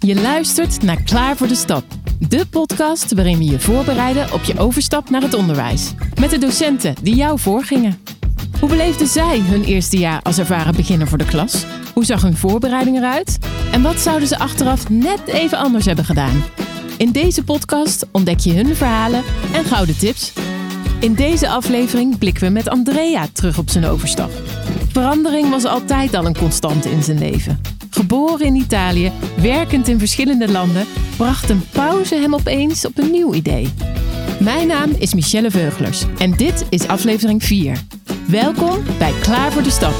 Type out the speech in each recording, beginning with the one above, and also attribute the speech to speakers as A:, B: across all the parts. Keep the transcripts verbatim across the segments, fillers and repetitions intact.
A: Je luistert naar Klaar voor de Stap. De podcast waarin we je voorbereiden op je overstap naar het onderwijs. Met de docenten die jou voorgingen. Hoe beleefden zij hun eerste jaar als ervaren beginner voor de klas? Hoe zag hun voorbereiding eruit? En wat zouden ze achteraf net even anders hebben gedaan? In deze podcast ontdek je hun verhalen en gouden tips. In deze aflevering blikken we met Andrea terug op zijn overstap. Verandering was altijd al een constante in zijn leven. Geboren in Italië, werkend in verschillende landen, bracht een pauze hem opeens op een nieuw idee. Mijn naam is Michelle Veuglers en dit is aflevering vier. Welkom bij Klaar voor de Stap.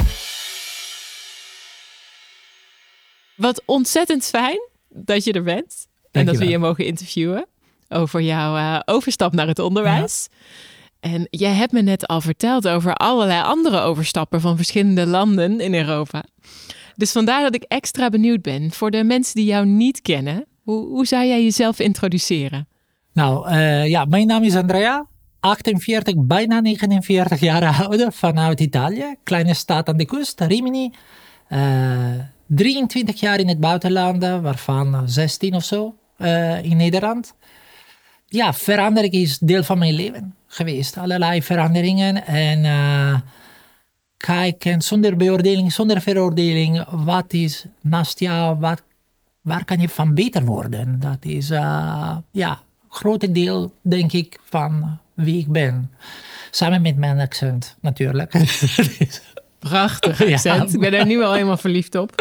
A: Wat ontzettend fijn dat je er bent. En dat we je mogen interviewen over jouw uh, overstap naar het onderwijs. Ja. En jij hebt me net al verteld over allerlei andere overstappen van verschillende landen in Europa. Dus vandaar dat ik extra benieuwd ben. Voor de mensen die jou niet kennen, hoe, hoe zou jij jezelf introduceren?
B: Nou, uh, ja, mijn naam is Andrea, achtenveertig, bijna negenenveertig jaar oud, vanuit Italië. Kleine stad aan de kust, Rimini. Uh, drieëntwintig jaar in het buitenland, waarvan zestien of zo uh, in Nederland. Ja, verandering is deel van mijn leven geweest. Allerlei veranderingen en uh, kijken zonder beoordeling, zonder veroordeling. Wat is naast jou, wat, waar kan je van beter worden? Dat is uh, ja, een groot deel, denk ik, van wie ik ben. Samen met mijn accent, natuurlijk.
A: Prachtig accent. Ja. Ik ben er nu al helemaal verliefd op.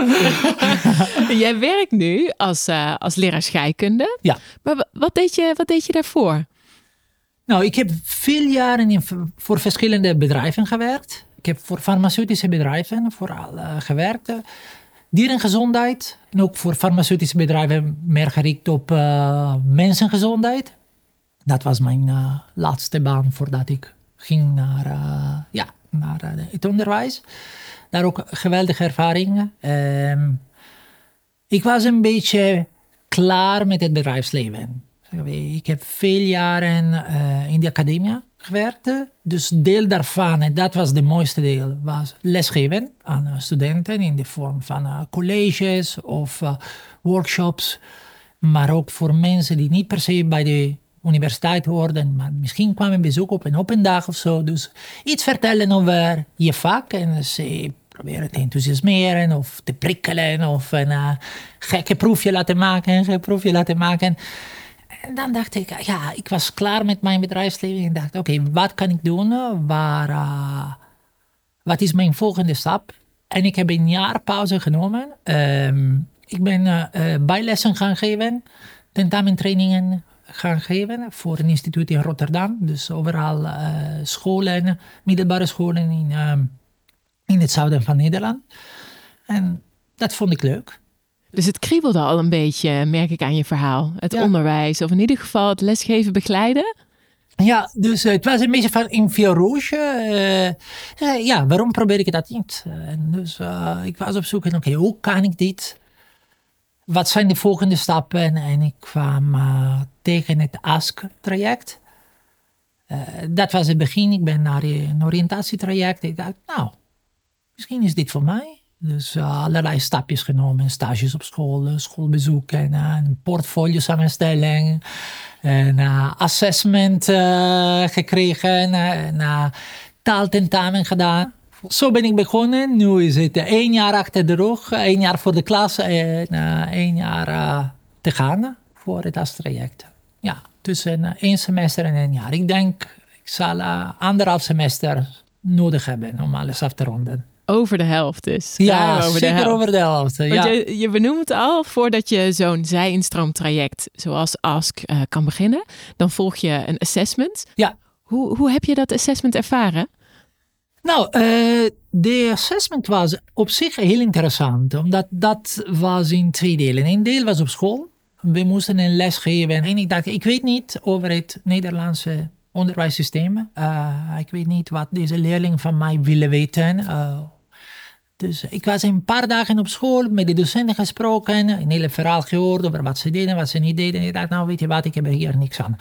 A: Jij werkt nu als, uh, als leraar scheikunde.
B: Ja.
A: Maar wat deed je, wat deed je daarvoor?
B: Nou, ik heb veel jaren in, voor verschillende bedrijven gewerkt. Ik heb voor farmaceutische bedrijven vooral uh, gewerkt. Dierengezondheid. En ook voor farmaceutische bedrijven meer gericht op uh, mensengezondheid. Dat was mijn uh, laatste baan voordat ik ging naar... Uh, ja. naar het onderwijs. Daar ook geweldige ervaringen. Um, ik was een beetje klaar met het bedrijfsleven. Ik heb veel jaren uh, in de academie gewerkt. Dus deel daarvan, en dat was de mooiste deel, was lesgeven aan uh, studenten in de vorm van uh, colleges of uh, workshops. Maar ook voor mensen die niet per se bij de universiteit hoorden, maar misschien kwamen bezoek op een open dag of zo. Dus iets vertellen over je vak en ze proberen te enthousiasmeren of te prikkelen of een uh, gekke proefje laten maken, een gekke proefje laten maken. En dan dacht ik, ja, ik was klaar met mijn bedrijfsleven en dacht, oké, okay, wat kan ik doen? Waar, uh, wat is mijn volgende stap? En ik heb een jaar pauze genomen. Um, ik ben uh, uh, bijlessen gaan geven, tentamentrainingen gaan geven voor een instituut in Rotterdam. Dus overal uh, scholen, middelbare scholen in, uh, in het zuiden van Nederland. En dat vond ik leuk.
A: Dus het kriebelde al een beetje, merk ik aan je verhaal. Het ja. onderwijs, of in ieder geval het lesgeven begeleiden.
B: Ja, dus uh, het was een beetje van in Vier Rouge. Uh, uh, ja, waarom probeer ik dat niet? Uh, dus uh, ik was op zoek en oké, okay, hoe kan ik dit? Wat zijn de volgende stappen? En ik kwam uh, tegen het A S K-traject. Uh, dat was het begin. Ik ben naar een oriëntatietraject. Ik dacht, nou, misschien is dit voor mij. Dus uh, allerlei stapjes genomen. Stages op school, schoolbezoeken, uh, een portfolio samenstelling. Een uh, assessment uh, gekregen. Een uh, taaltentamen gedaan. Zo ben ik begonnen. Nu is het één jaar achter de rug, één jaar voor de klas en uh, één jaar uh, te gaan voor het A S K-traject. Ja, tussen uh, één semester en één jaar. Ik denk, ik zal uh, anderhalf semester nodig hebben om alles af te ronden.
A: Over de helft dus.
B: Ja,
A: over
B: zeker de helft. over de helft.
A: Want
B: ja.
A: je, je benoemt al, voordat je zo'n zij-instroomtraject zoals A S K uh, kan beginnen, dan volg je een assessment.
B: Ja.
A: Hoe, hoe heb je dat assessment ervaren?
B: Nou, uh, de assessment was op zich heel interessant, omdat dat was in twee delen. Eén deel was op school. We moesten een les geven en ik dacht, ik weet niet over het Nederlandse onderwijssysteem. Uh, ik weet niet wat deze leerlingen van mij willen weten. Uh, dus ik was een paar dagen op school, met de docenten gesproken, een hele verhaal gehoord over wat ze deden, wat ze niet deden. En ik dacht, nou weet je wat, ik heb er hier niks aan.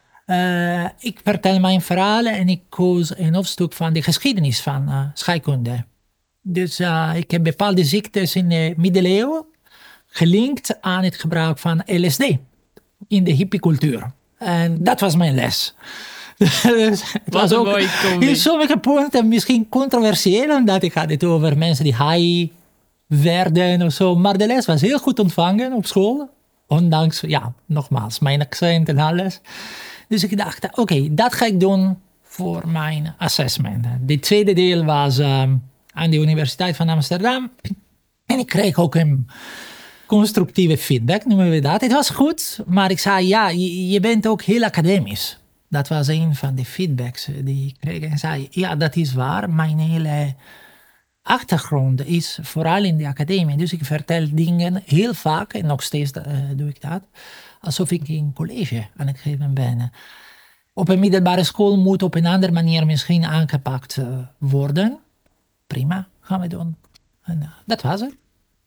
B: Uh, ik vertel mijn verhalen en ik koos een hoofdstuk van de geschiedenis van uh, scheikunde. Dus uh, ik heb bepaalde ziektes in de middeleeuwen gelinkt aan het gebruik van L S D in de hippiecultuur. En dat was mijn les. Dus het
A: Wat
B: was
A: een
B: ook
A: mooie combi.
B: in sommige punten misschien controversieel, omdat ik had het over mensen die high werden of zo. Maar de les was heel goed ontvangen op school. Ondanks, ja, nogmaals, mijn accent en alles. Dus ik dacht, oké, okay, dat ga ik doen voor mijn assessment. De tweede deel was um, aan de Universiteit van Amsterdam. En ik kreeg ook een constructieve feedback, noemen we dat. Het was goed, maar ik zei, ja, je, je bent ook heel academisch. Dat was een van de feedbacks die ik kreeg. En zei, ja, dat is waar. Mijn hele achtergrond is vooral in de academie. Dus ik vertel dingen heel vaak, en nog steeds uh, doe ik dat, alsof ik in college aan het geven ben. Op een middelbare school moet op een andere manier misschien aangepakt uh, worden. Prima, gaan we doen. En uh, dat was het.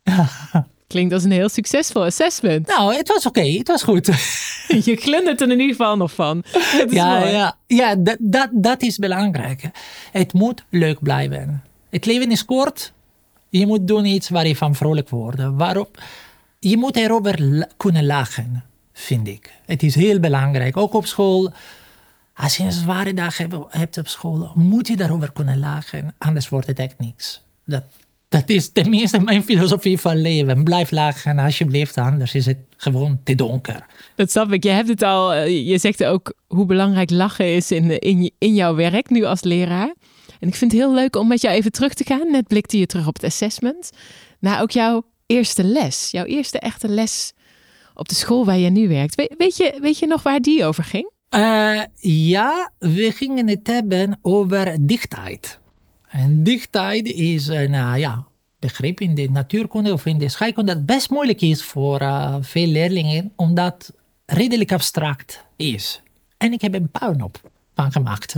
A: Klinkt als een heel succesvol assessment.
B: Nou, het was oké, okay, het was goed.
A: Je glundert er in ieder geval nog van. Dat is
B: ja,
A: mooi.
B: ja, ja dat, dat, dat is belangrijk. Het moet leuk blijven. Het leven is kort. Je moet doen iets waar je van vrolijk wordt. Waarop, je moet erover la- kunnen lachen, vind ik. Het is heel belangrijk. Ook op school. Als je een zware dag hebt, hebt op school, moet je daarover kunnen lachen. Anders wordt het echt niks. Dat, dat is tenminste mijn filosofie van leven. Blijf lachen, alsjeblieft. Anders is het gewoon te donker.
A: Dat snap ik. Je hebt het al. Je zegt ook hoe belangrijk lachen is in, in, in jouw werk nu als leraar. En ik vind het heel leuk om met jou even terug te gaan. Net blikte je terug op het assessment. Naar ook jouw eerste les. Jouw eerste echte les op de school waar je nu werkt. We, weet, je, weet je nog waar die over ging?
B: Uh, ja, we gingen het hebben over dichtheid. En dichtheid is een uh, ja, begrip in de natuurkunde of in de scheikunde dat best moeilijk is voor uh, veel leerlingen, omdat het redelijk abstract is. En ik heb een puinhoop van gemaakt.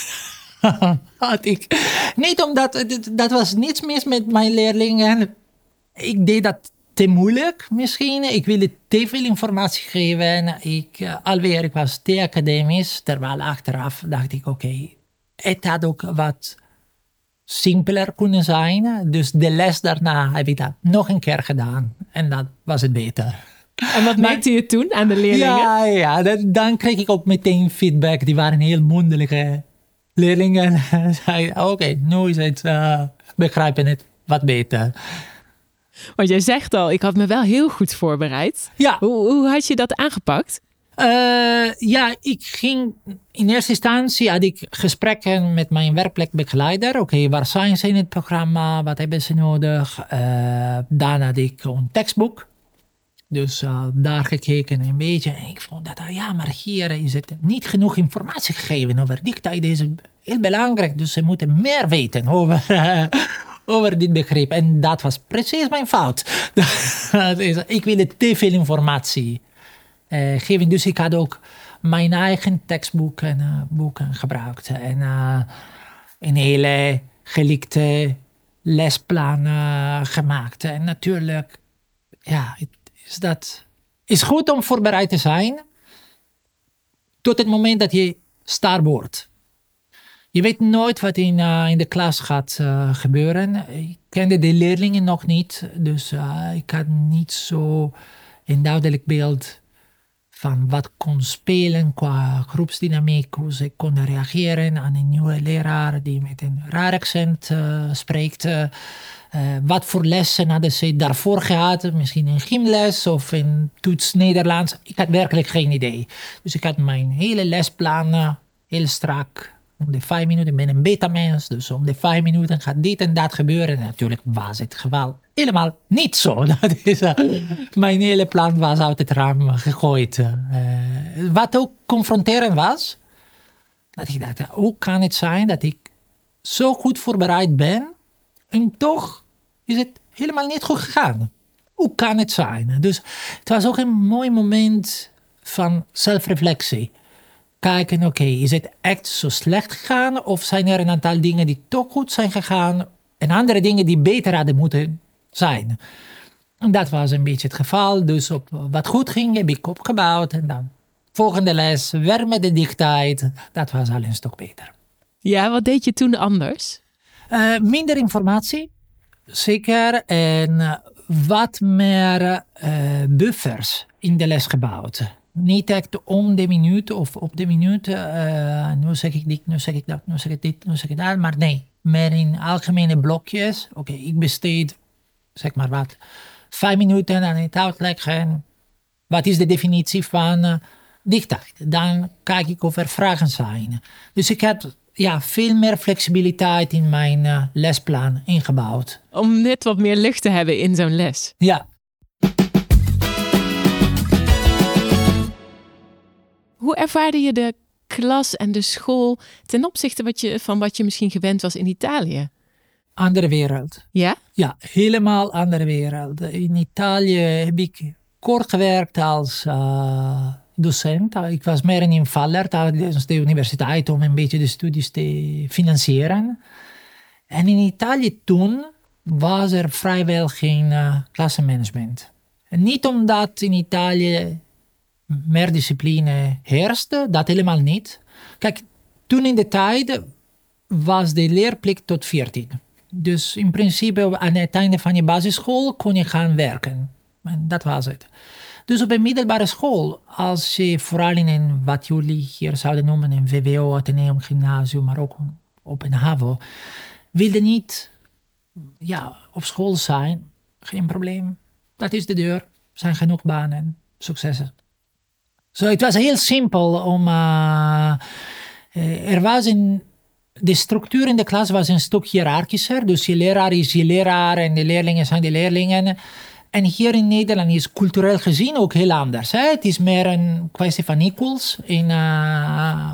B: Had ik. Niet omdat, dat was niets mis met mijn leerlingen. Ik deed dat te moeilijk misschien. Ik wilde te veel informatie geven. Ik, uh, alweer, ik was te academisch. Terwijl achteraf dacht ik, oké, okay, het had ook wat simpeler kunnen zijn. Dus de les daarna heb ik dat nog een keer gedaan. En dat was het beter.
A: En wat merkte je toen aan de leerlingen?
B: Ja, ja dat, dan kreeg ik ook meteen feedback. Die waren heel mondelige leerlingen. Oké, okay, nu is het, uh, begrijpen het wat beter.
A: Want jij zegt al, ik had me wel heel goed voorbereid.
B: Ja.
A: Hoe, hoe had je dat aangepakt?
B: Uh, ja, ik ging in eerste instantie had ik gesprekken met mijn werkplekbegeleider. Oké, okay, waar zijn ze in het programma? Wat hebben ze nodig? Uh, daarna had ik een tekstboek. Dus uh, daar gekeken een beetje. En ik vond dat, uh, ja, maar hier is het niet genoeg informatie gegeven over dichtheid. Is heel belangrijk, dus ze moeten meer weten over, uh, over dit begrip. En dat was precies mijn fout. Ik wilde te veel informatie uh, geven. Dus ik had ook mijn eigen tekstboeken uh, boeken gebruikt. En uh, een hele gelikte lesplan uh, gemaakt. En natuurlijk, ja, het is dat is goed om voorbereid te zijn tot het moment dat je star wordt. Je weet nooit wat in, uh, in de klas gaat uh, gebeuren. Ik kende de leerlingen nog niet, dus uh, ik had niet zo een duidelijk beeld van wat kon spelen qua groepsdynamiek, hoe ze konden reageren aan een nieuwe leraar die met een raar accent uh, spreekt. Uh, Uh, wat voor lessen hadden ze daarvoor gehad? Misschien een gymles of een toets Nederlands. Ik had werkelijk geen idee. Dus ik had mijn hele lesplan uh, heel strak. Om de vijf minuten, ik ben een beta-mens. Dus om de vijf minuten gaat dit en dat gebeuren. En natuurlijk was het geval helemaal niet zo. Dat is, uh, mijn hele plan was uit het raam gegooid. Uh, wat ook confronterend was. Dat ik dacht, hoe kan het zijn dat ik zo goed voorbereid ben en toch is het helemaal niet goed gegaan. Hoe kan het zijn? Dus het was ook een mooi moment van zelfreflectie. Kijken, oké, okay, is het echt zo slecht gegaan? Of zijn er een aantal dingen die toch goed zijn gegaan? En andere dingen die beter hadden moeten zijn? En dat was een beetje het geval. Dus op wat goed ging, heb ik opgebouwd. En dan volgende les, weer met de dichtheid. Dat was al een stuk beter.
A: Ja, wat deed je toen anders?
B: Uh, minder informatie, zeker. En uh, wat meer uh, buffers in de les gebouwd. Niet echt om de minuut of op de minuut. Uh, nu zeg ik dit, nu zeg ik dat, nu zeg ik dit, nu zeg ik dat. Maar nee, meer in algemene blokjes. Oké, okay, ik besteed, zeg maar wat, vijf minuten aan het uitleggen. Wat is de definitie van uh, dichtheid? Dan kijk ik of er vragen zijn. Dus ik heb ja, veel meer flexibiliteit in mijn uh, lesplan ingebouwd.
A: Om net wat meer lucht te hebben in zo'n les.
B: Ja.
A: Hoe ervaarde je de klas en de school ten opzichte wat je, van wat je misschien gewend was in Italië?
B: Andere wereld.
A: Ja?
B: Ja, helemaal andere wereld. In Italië heb ik kort gewerkt als uh, docent. Ik was meer een invaller tijdens de universiteit om een beetje de studies te financieren. En in Italië toen was er vrijwel geen uh, klassenmanagement. En niet omdat in Italië meer discipline heerste, dat helemaal niet. Kijk, toen in de tijd was de leerplicht tot veertien. Dus in principe aan het einde van je basisschool kon je gaan werken. En dat was het. Dus op een middelbare school, als je vooral in een, wat jullie hier zouden noemen, een V W O, Atheneum, gymnasium, maar ook op een HAVO, wilde niet ja, op school zijn, geen probleem. Dat is de deur. Er zijn genoeg banen. Successen. Zo, so, het was heel simpel om... Uh, er was een... De structuur in de klas was een stuk hiërarchischer. Dus je leraar is je leraar en de leerlingen zijn de leerlingen. En hier in Nederland is cultureel gezien ook heel anders. Hè? Het is meer een kwestie van equals. In, uh,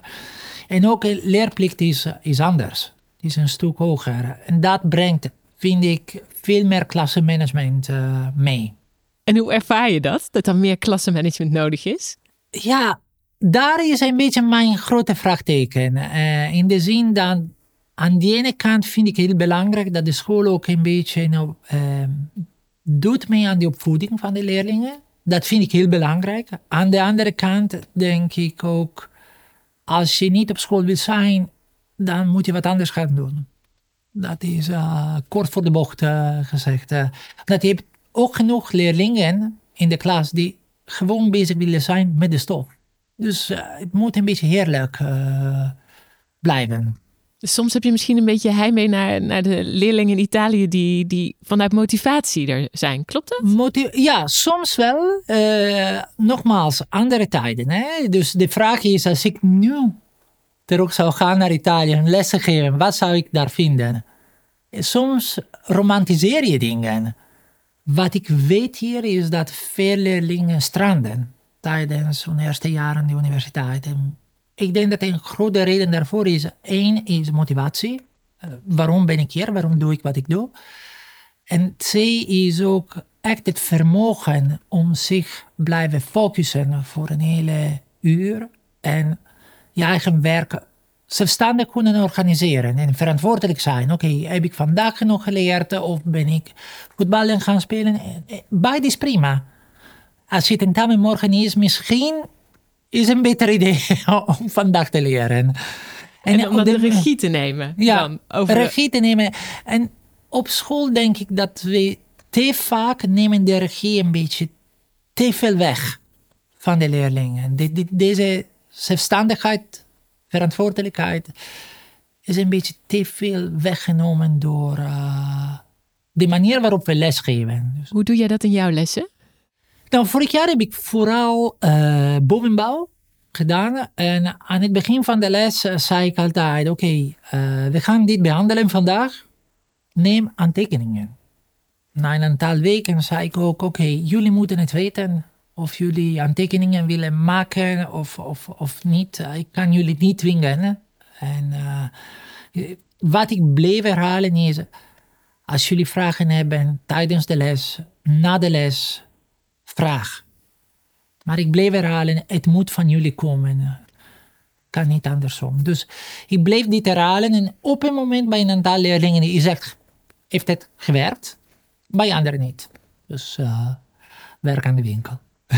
B: en ook leerplicht is, is anders. Het is een stuk hoger. En dat brengt, vind ik, veel meer klassenmanagement uh, mee.
A: En hoe ervaar je dat? Dat er meer klassenmanagement nodig is?
B: Ja, daar is een beetje mijn grote vraagteken. Uh, in de zin dat aan de ene kant vind ik heel belangrijk dat de school ook een beetje nou, uh, doet mee aan de opvoeding van de leerlingen. Dat vind ik heel belangrijk. Aan de andere kant denk ik ook, als je niet op school wil zijn, dan moet je wat anders gaan doen. Dat is uh, kort voor de bocht uh, gezegd. Uh, dat je hebt ook genoeg leerlingen in de klas die gewoon bezig willen zijn met de stof. Dus uh, het moet een beetje heerlijk uh, blijven.
A: Dus soms heb je misschien een beetje heimwee naar, naar de leerlingen in Italië die, die vanuit motivatie er zijn. Klopt dat?
B: Motiv- ja, soms wel. Uh, nogmaals, andere tijden. Hè? Dus de vraag is, als ik nu terug zou gaan naar Italië en lessen geven, wat zou ik daar vinden? Soms romantiseer je dingen. Wat ik weet hier is dat veel leerlingen stranden tijdens hun eerste jaren in de universiteit. En ik denk dat een grote reden daarvoor is, één is motivatie. Uh, waarom ben ik hier? Waarom doe ik wat ik doe? En twee is ook echt het vermogen om zich blijven focussen voor een hele uur en je eigen werk zelfstandig kunnen organiseren en verantwoordelijk zijn. Oké, okay, heb ik vandaag genoeg geleerd of ben ik voetballen gaan spelen? Beide is prima. Als je tentamen morgen is, misschien is een beter idee om vandaag te leren.
A: En, en om de, de regie te nemen.
B: Ja,
A: dan, over
B: regie te nemen. En op school denk ik dat we te vaak nemen de regie een beetje te veel weg van de leerlingen. De, de, deze zelfstandigheid, verantwoordelijkheid is een beetje te veel weggenomen door uh, de manier waarop we lesgeven. Dus,
A: hoe doe jij dat in jouw lessen?
B: Nou, vorig jaar heb ik vooral uh, bovenbouw gedaan. En aan het begin van de les uh, zei ik altijd, oké, okay, uh, we gaan dit behandelen vandaag. Neem aantekeningen. Na een aantal weken zei ik ook, oké, okay, jullie moeten het weten of jullie aantekeningen willen maken of, of, of niet. Uh, ik kan jullie niet dwingen. En uh, wat ik bleef herhalen is, als jullie vragen hebben tijdens de les, na de les, vraag. Maar ik bleef herhalen, het moet van jullie komen. Kan niet andersom. Dus ik bleef dit herhalen en op een moment bij een aantal leerlingen is echt, heeft het gewerkt, bij anderen niet. Dus uh, werk aan de winkel.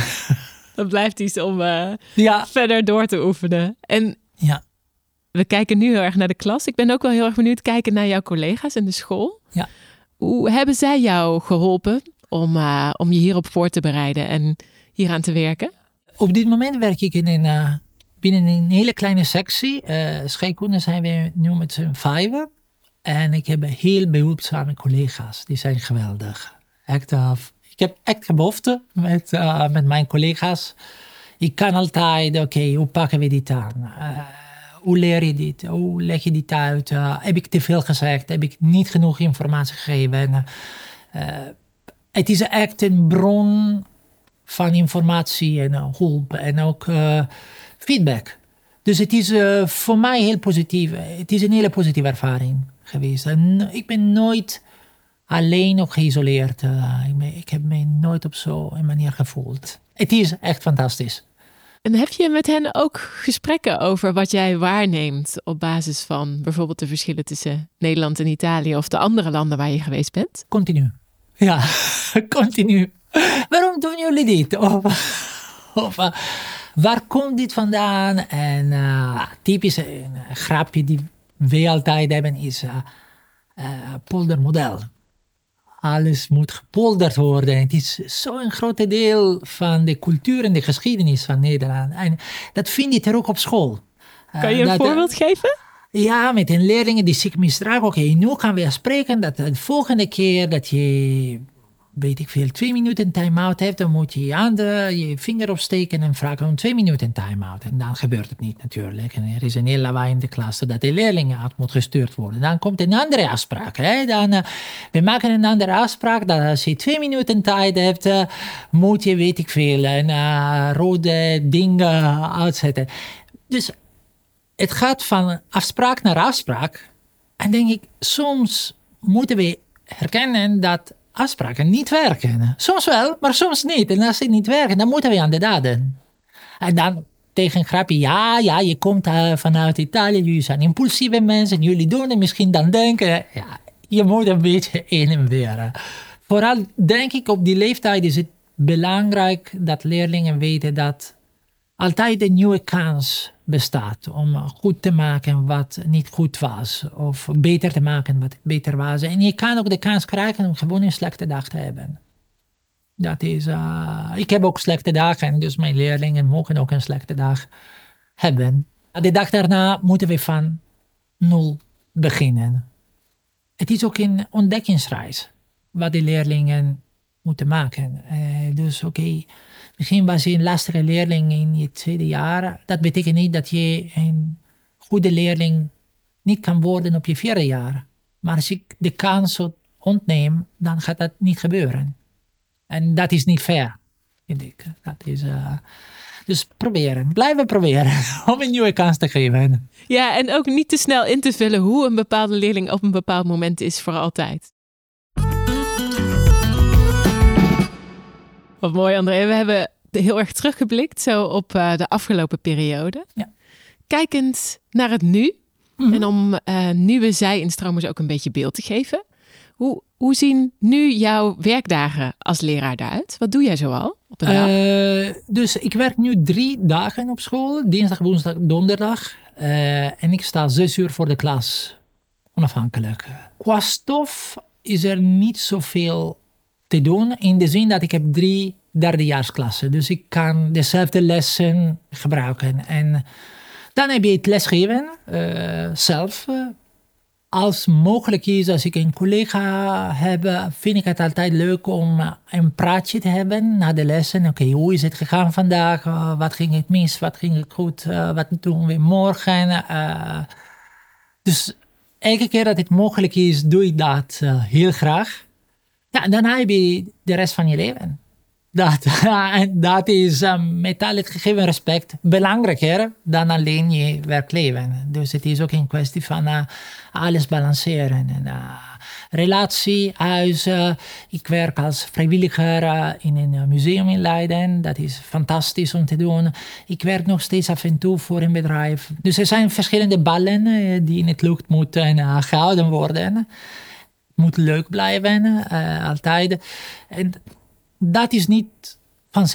A: Dat blijft iets om uh,
B: ja.
A: verder door te oefenen. En
B: ja.
A: we kijken nu heel erg naar de klas. Ik ben ook wel heel erg benieuwd kijken naar jouw collega's in de school.
B: Ja.
A: Hoe hebben zij jou geholpen om, uh, om je hierop voor te bereiden en hieraan te werken?
B: Op dit moment werk ik in een, uh, binnen een hele kleine sectie. Uh, scheikunde zijn we nu met z'n vijven. En ik heb heel behulpzame collega's. Die zijn geweldig. Echt, uh, ik heb echt behoefte met, uh, met mijn collega's. Ik kan altijd, oké, okay, hoe pakken we dit aan? Uh, hoe leer je dit? Hoe leg je dit uit? Uh, heb ik te veel gezegd? Heb ik niet genoeg informatie gegeven? Uh, het is echt een bron van informatie en uh, hulp en ook uh, feedback. Dus het is uh, voor mij heel positief. Het is een hele positieve ervaring geweest. En ik ben nooit alleen of geïsoleerd. Uh, ik, ben, ik heb me nooit op zo'n manier gevoeld. Het is echt fantastisch.
A: En heb je met hen ook gesprekken over wat jij waarneemt op basis van bijvoorbeeld de verschillen tussen Nederland en Italië of de andere landen waar je geweest bent?
B: Continu. Ja, continu. Waarom doen jullie dit? Of, of uh, waar komt dit vandaan? En uh, typisch een grapje die we altijd hebben is uh, uh, poldermodel. Alles moet gepolderd worden. Het is zo'n groot deel van de cultuur en de geschiedenis van Nederland. En dat vind je er ook op school.
A: Kan je een uh, dat, voorbeeld uh, geven?
B: Ja, met een leerlingen die zich misdragen. Oké, okay, nu gaan we afspreken dat de volgende keer dat je, weet ik veel, twee minuten time-out hebt, dan moet je je handen, je vinger opsteken en vragen om twee minuten time-out. En dan gebeurt het niet natuurlijk. En er is een heel lawaai in de klas zodat de leerlingen uit moet gestuurd worden. Dan komt een andere afspraak. Hè? Dan, uh, we maken een andere afspraak dat als je twee minuten tijd hebt, uh, moet je, weet ik veel, een uh, rode ding uh, uitzetten. Dus het gaat van afspraak naar afspraak. En denk ik, soms moeten we herkennen dat afspraken niet werken. Soms wel, maar soms niet. En als ze niet werken, dan moeten we aan de daden. En dan tegen een grapje, ja, ja, je komt uh, vanuit Italië, jullie zijn impulsieve mensen, jullie doen het misschien dan denken. Ja, je moet een beetje in en weer. Vooral denk ik op die leeftijd is het belangrijk dat leerlingen weten dat altijd een nieuwe kans bestaat om goed te maken wat niet goed was. Of beter te maken wat beter was. En je kan ook de kans krijgen om gewoon een slechte dag te hebben. Dat is, uh, ik heb ook slechte dagen, dus mijn leerlingen mogen ook een slechte dag hebben. De dag daarna moeten we van nul beginnen. Het is ook een ontdekkingsreis wat de leerlingen moeten maken. Uh, dus oké, okay, misschien was je een lastige leerling in je tweede jaar. Dat betekent niet dat je een goede leerling niet kan worden op je vierde jaar. Maar als ik de kans ontneem, dan gaat dat niet gebeuren. En dat is niet fair, vind ik. Dat is, uh, dus proberen, blijven proberen om een nieuwe kans te geven.
A: Ja, en ook niet te snel in te vullen hoe een bepaalde leerling op een bepaald moment is voor altijd. Wat mooi, André. We hebben heel erg teruggeblikt zo op uh, de afgelopen periode.
B: Ja.
A: Kijkend naar het nu. Mm-hmm. En om uh, nieuwe zij-instromers ook een beetje beeld te geven. Hoe, hoe zien nu jouw werkdagen als leraar eruit? Wat doe jij zoal op een dag?
B: Uh, dus ik werk nu drie dagen op school. Dinsdag, woensdag, donderdag. Uh, en ik sta zes uur voor de klas. Onafhankelijk. Qua stof is er niet zoveel te doen. In de zin dat ik heb drie derdejaarsklassen. Dus ik kan dezelfde lessen gebruiken. En dan heb je het lesgeven uh, zelf. Als mogelijk is, als ik een collega heb, vind ik het altijd leuk om een praatje te hebben na de lessen. Oké, okay, hoe is het gegaan vandaag? Uh, wat ging het mis? Wat ging het goed? Uh, wat doen we morgen? Uh, dus elke keer dat het mogelijk is, doe ik dat uh, heel graag. Ja, en daarna heb je de rest van je leven. Dat, dat is uh, met al het gegeven respect belangrijker dan alleen je werkleven. Dus het is ook een kwestie van uh, alles balanceren. En, uh, relatie, huis. Uh, ik werk als vrijwilliger uh, in een museum in Leiden. Dat is fantastisch om te doen. Ik werk nog steeds af en toe voor een bedrijf. Dus er zijn verschillende ballen uh, die in het lucht moeten uh, gehouden worden. Het moet leuk blijven, uh, altijd. En dat is niet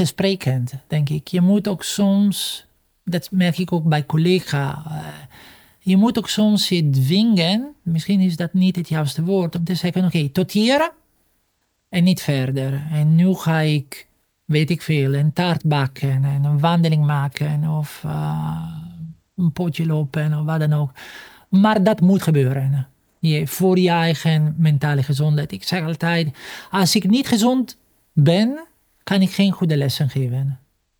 B: vanzelfsprekend, denk ik. Je moet ook soms, dat merk ik ook bij collega's, uh, je moet ook soms je dwingen, misschien is dat niet het juiste woord, om te zeggen, oké, okay, tot hier en niet verder. En nu ga ik, weet ik veel, een taart bakken en een wandeling maken of uh, een potje lopen of wat dan ook. Maar dat moet gebeuren. Je, voor je eigen mentale gezondheid. Ik zeg altijd, als ik niet gezond ben, kan ik geen goede lessen geven.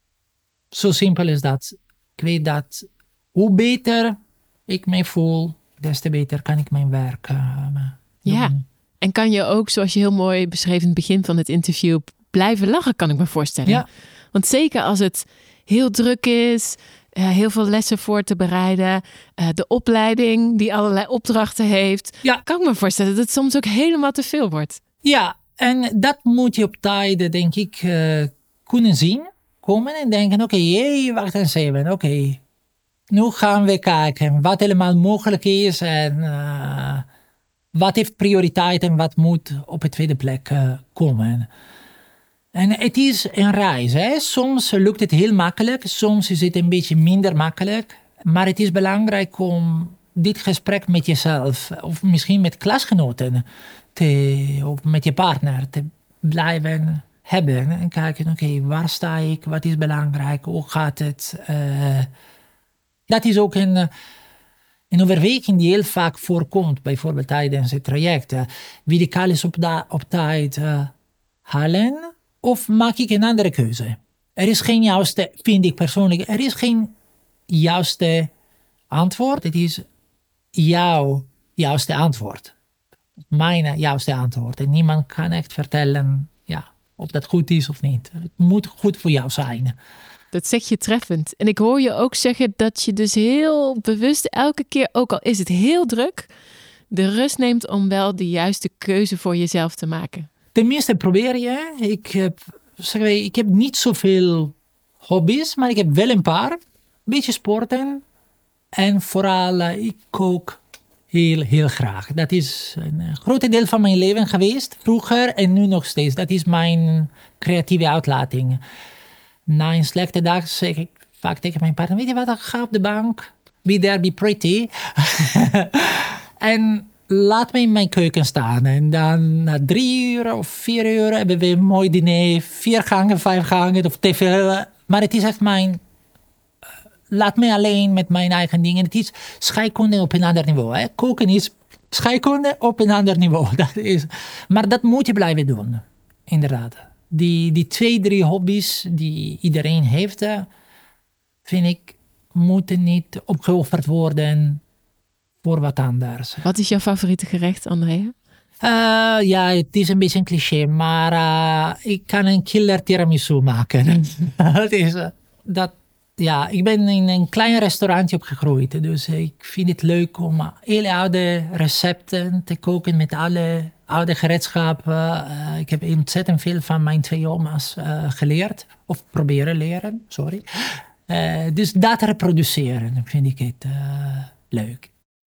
B: Zo simpel is dat. Ik weet dat hoe beter ik mij voel, des te beter kan ik mijn werk uh, doen.
A: Ja, en kan je ook, zoals je heel mooi beschreef in het begin van het interview, blijven lachen, kan ik me voorstellen.
B: Ja.
A: Want zeker als het heel druk is, uh, heel veel lessen voor te bereiden, uh, de opleiding die allerlei opdrachten heeft,
B: Ja.
A: kan ik me voorstellen dat het soms ook helemaal te veel wordt.
B: Ja, en dat moet je op tijd, denk ik, uh, kunnen zien, komen en denken, oké, okay, hey, wacht eens even, oké. Okay. Nu gaan we kijken wat helemaal mogelijk is en uh, wat heeft prioriteit en wat moet op de tweede plek uh, komen. En het is een reis. Hè? Soms lukt het heel makkelijk, soms is het een beetje minder makkelijk. Maar het is belangrijk om dit gesprek met jezelf of misschien met klasgenoten te, of met je partner te blijven hebben. En kijken, oké, okay, waar sta ik? Wat is belangrijk? Hoe gaat het? Uh, dat is ook een, een overweging die heel vaak voorkomt, bijvoorbeeld tijdens het traject. Uh, wil ik alles op, da- op tijd uh, halen? Of maak ik een andere keuze? Er is geen juiste, vind ik persoonlijk, er is geen juiste antwoord. Het is jouw juiste antwoord. Mijn juiste antwoord. En niemand kan echt vertellen ja, of dat goed is of niet. Het moet goed voor jou zijn.
A: Dat zeg je treffend. En ik hoor je ook zeggen dat je dus heel bewust elke keer, ook al is het heel druk, de rust neemt om wel de juiste keuze voor jezelf te maken.
B: Tenminste probeer je. Ik heb, zeg maar, ik heb niet zoveel hobby's, maar ik heb wel een paar. Een beetje sporten. En vooral, uh, ik kook heel, heel graag. Dat is een groot deel van mijn leven geweest. Vroeger en nu nog steeds. Dat is mijn creatieve uitlating. Na een slechte dag zeg ik vaak tegen mijn partner, weet je wat, ik ga op de bank. Be there, be pretty. En laat me in mijn keuken staan. En dan na drie uur of vier uur hebben we een mooi diner. Vier gangen, vijf gangen of te veel. Maar het is echt mijn... Laat me alleen met mijn eigen dingen. Het is scheikunde op een ander niveau. Hè? Koken is scheikunde op een ander niveau. Dat is, maar dat moet je blijven doen. Inderdaad. Die, die twee, drie hobby's die iedereen heeft, vind ik, moeten niet opgeofferd worden voor wat anders.
A: Wat is jouw favoriete gerecht, Andrea?
B: Uh, ja, het is een beetje een cliché, maar uh, ik kan een killer tiramisu maken. dat is, uh, dat, ja, ik ben in een klein restaurantje opgegroeid, dus ik vind het leuk om hele oude recepten te koken met alle oude gereedschappen. Uh, ik heb ontzettend veel van mijn twee oma's uh, geleerd, of proberen leren, sorry. Uh, dus dat reproduceren vind ik het uh, leuk.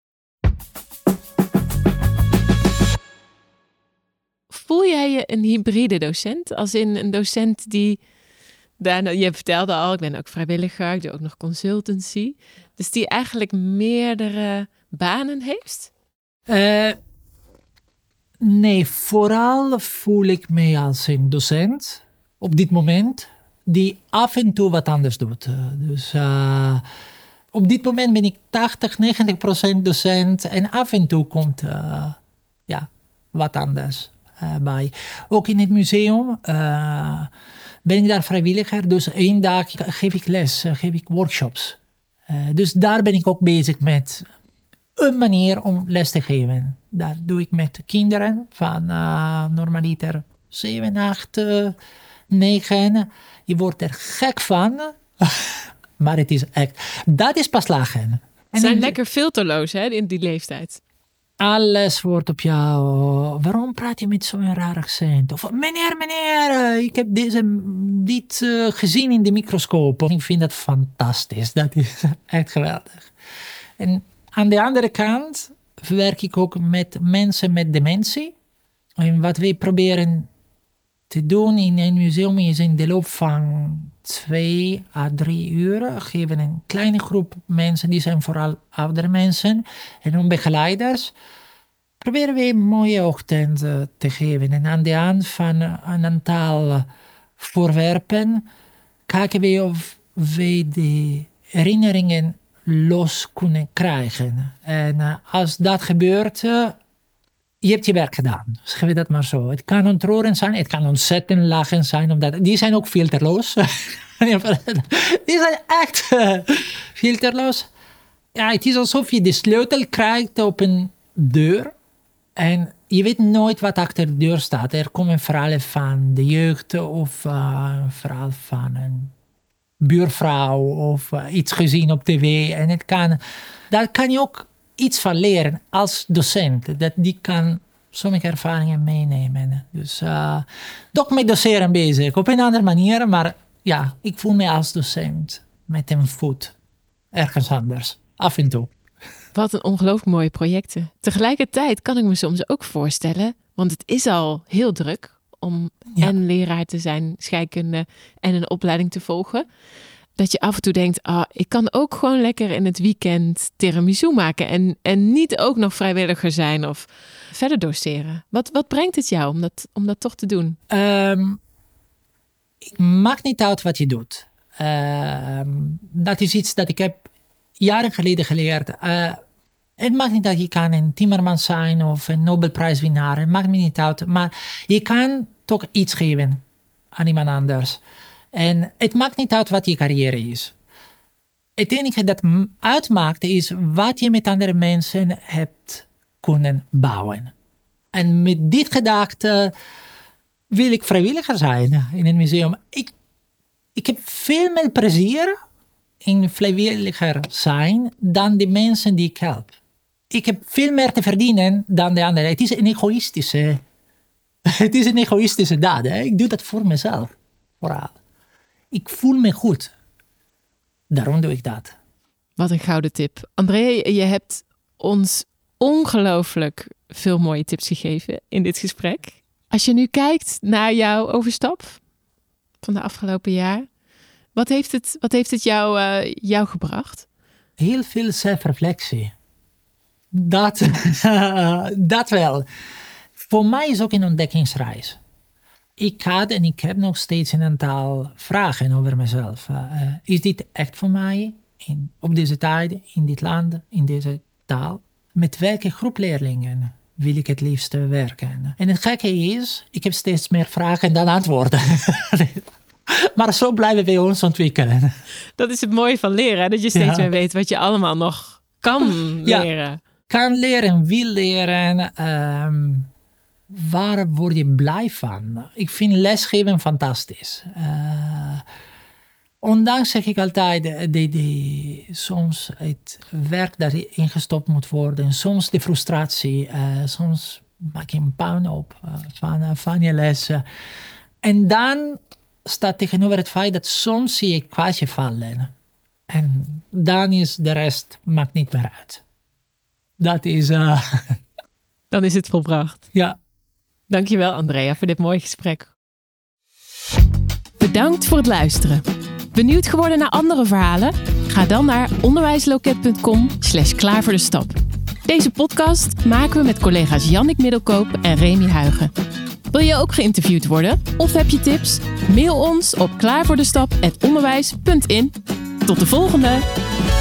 A: Voel jij je een hybride docent? Als in een docent die, daar, je vertelde al, ik ben ook vrijwilliger, ik doe ook nog consultancy. Dus die eigenlijk meerdere banen heeft?
B: Uh, nee, vooral voel ik me als een docent op dit moment die af en toe wat anders doet. Dus uh, op dit moment ben ik tachtig, negentig procent docent en af en toe komt uh, ja, wat anders. Uh, bij. Ook in het museum uh, ben ik daar vrijwilliger. Dus één dag geef ik les, uh, geef ik workshops. Uh, dus daar ben ik ook bezig met een manier om les te geven. Dat doe ik met kinderen van uh, normaliter zeven, acht, negen. Je wordt er gek van. Maar het is echt... Dat is pas lachen.
A: Ze zijn lekker filterloos hè, in die leeftijd.
B: Alles wordt op jou. Waarom praat je met zo'n raar accent? Of meneer, meneer, ik heb deze, dit uh, gezien in de microscoop. Ik vind dat fantastisch. Dat is echt geweldig. En aan de andere kant werk ik ook met mensen met dementie. En wat wij proberen te doen in een museum is in de loop van twee à drie uur. Geven een kleine groep mensen, die zijn vooral oudere mensen en hun begeleiders. Proberen we een mooie ochtend te geven. En aan de hand van een aantal voorwerpen kijken we of we de herinneringen los kunnen krijgen. En als dat gebeurt, je hebt je werk gedaan. Schrijf dat maar zo. Het kan ontroerend zijn, het kan ontzettend lachen zijn. Omdat, die zijn ook filterloos. Die zijn echt uh, filterloos. Ja, het is alsof je de sleutel krijgt op een deur. En je weet nooit wat achter de deur staat. Er komen verhalen van de jeugd of uh, een verhaal van een buurvrouw of uh, iets gezien op tv. En het kan, daar kan je ook iets van leren als docent. Dat die kan sommige ervaringen meenemen. Dus uh, toch met doseren bezig. Op een andere manier, maar ja, ik voel me als docent met een voet ergens anders. Af en toe.
A: Wat een ongelooflijk mooie projecten. Tegelijkertijd kan ik me soms ook voorstellen, want het is al heel druk om ja. en leraar te zijn, scheikunde en een opleiding te volgen. Dat je af en toe denkt, ah, ik kan ook gewoon lekker in het weekend tiramisu maken en, en niet ook nog vrijwilliger zijn of verder doseren. Wat, wat brengt het jou om dat, om dat toch te doen?
B: Um, het maakt niet uit wat je doet. Um, dat is iets dat ik heb jaren geleden geleerd. Uh, het maakt niet dat je kan een Timmermans zijn of een Nobelprijswinnaar. Het maakt me niet uit. Maar je kan toch iets geven aan iemand anders. En het maakt niet uit wat je carrière is. Het enige dat uitmaakt is wat je met andere mensen hebt kunnen bouwen. En met dit gedachte wil ik vrijwilliger zijn in een museum. Ik, ik heb veel meer plezier in vrijwilliger zijn dan de mensen die ik help. Ik heb veel meer te verdienen dan de anderen. Het is een egoïstische, het is een egoïstische daad. Hè? Ik doe dat voor mezelf, vooral. Ik voel me goed. Daarom doe ik dat.
A: Wat een gouden tip. André, je hebt ons ongelooflijk veel mooie tips gegeven in dit gesprek. Als je nu kijkt naar jouw overstap van de afgelopen jaar, wat heeft het, wat heeft het jou, uh, jou gebracht?
B: Heel veel zelfreflectie. Dat, uh, dat wel. Voor mij is ook een ontdekkingsreis. Ik had en ik heb nog steeds een aantal vragen over mezelf. Uh, is dit echt voor mij? In, op deze tijd, in dit land, in deze taal? Met welke groep leerlingen wil ik het liefst werken? En het gekke is, ik heb steeds meer vragen dan antwoorden. Maar zo blijven we ons ontwikkelen.
A: Dat is het mooie van leren, dat je steeds ja. meer weet wat je allemaal nog kan
B: ja,
A: leren.
B: Kan leren, wil leren. Um, waar word je blij van? Ik vind lesgeven fantastisch. Uh, ondanks zeg ik altijd, de, de, soms het werk dat ingestopt moet worden. Soms de frustratie. Uh, soms maak je een puin op uh, van, uh, van je lessen. En dan staat tegenover het feit dat soms zie je een kwartje vallen. En dan is de rest maakt niet meer uit. Dat is... Uh...
A: Dan is het volbracht.
B: Ja.
A: Dankjewel Andrea voor dit mooie gesprek. Bedankt voor het luisteren. Benieuwd geworden naar andere verhalen? Ga dan naar onderwijsloket.com slash klaar voor de stap. Deze podcast maken we met collega's Jannik Middelkoop en Remy Huigen. Wil je ook geïnterviewd worden? Of heb je tips? Mail ons op klaarvoordestap apenonderwijs punt in. Tot de volgende!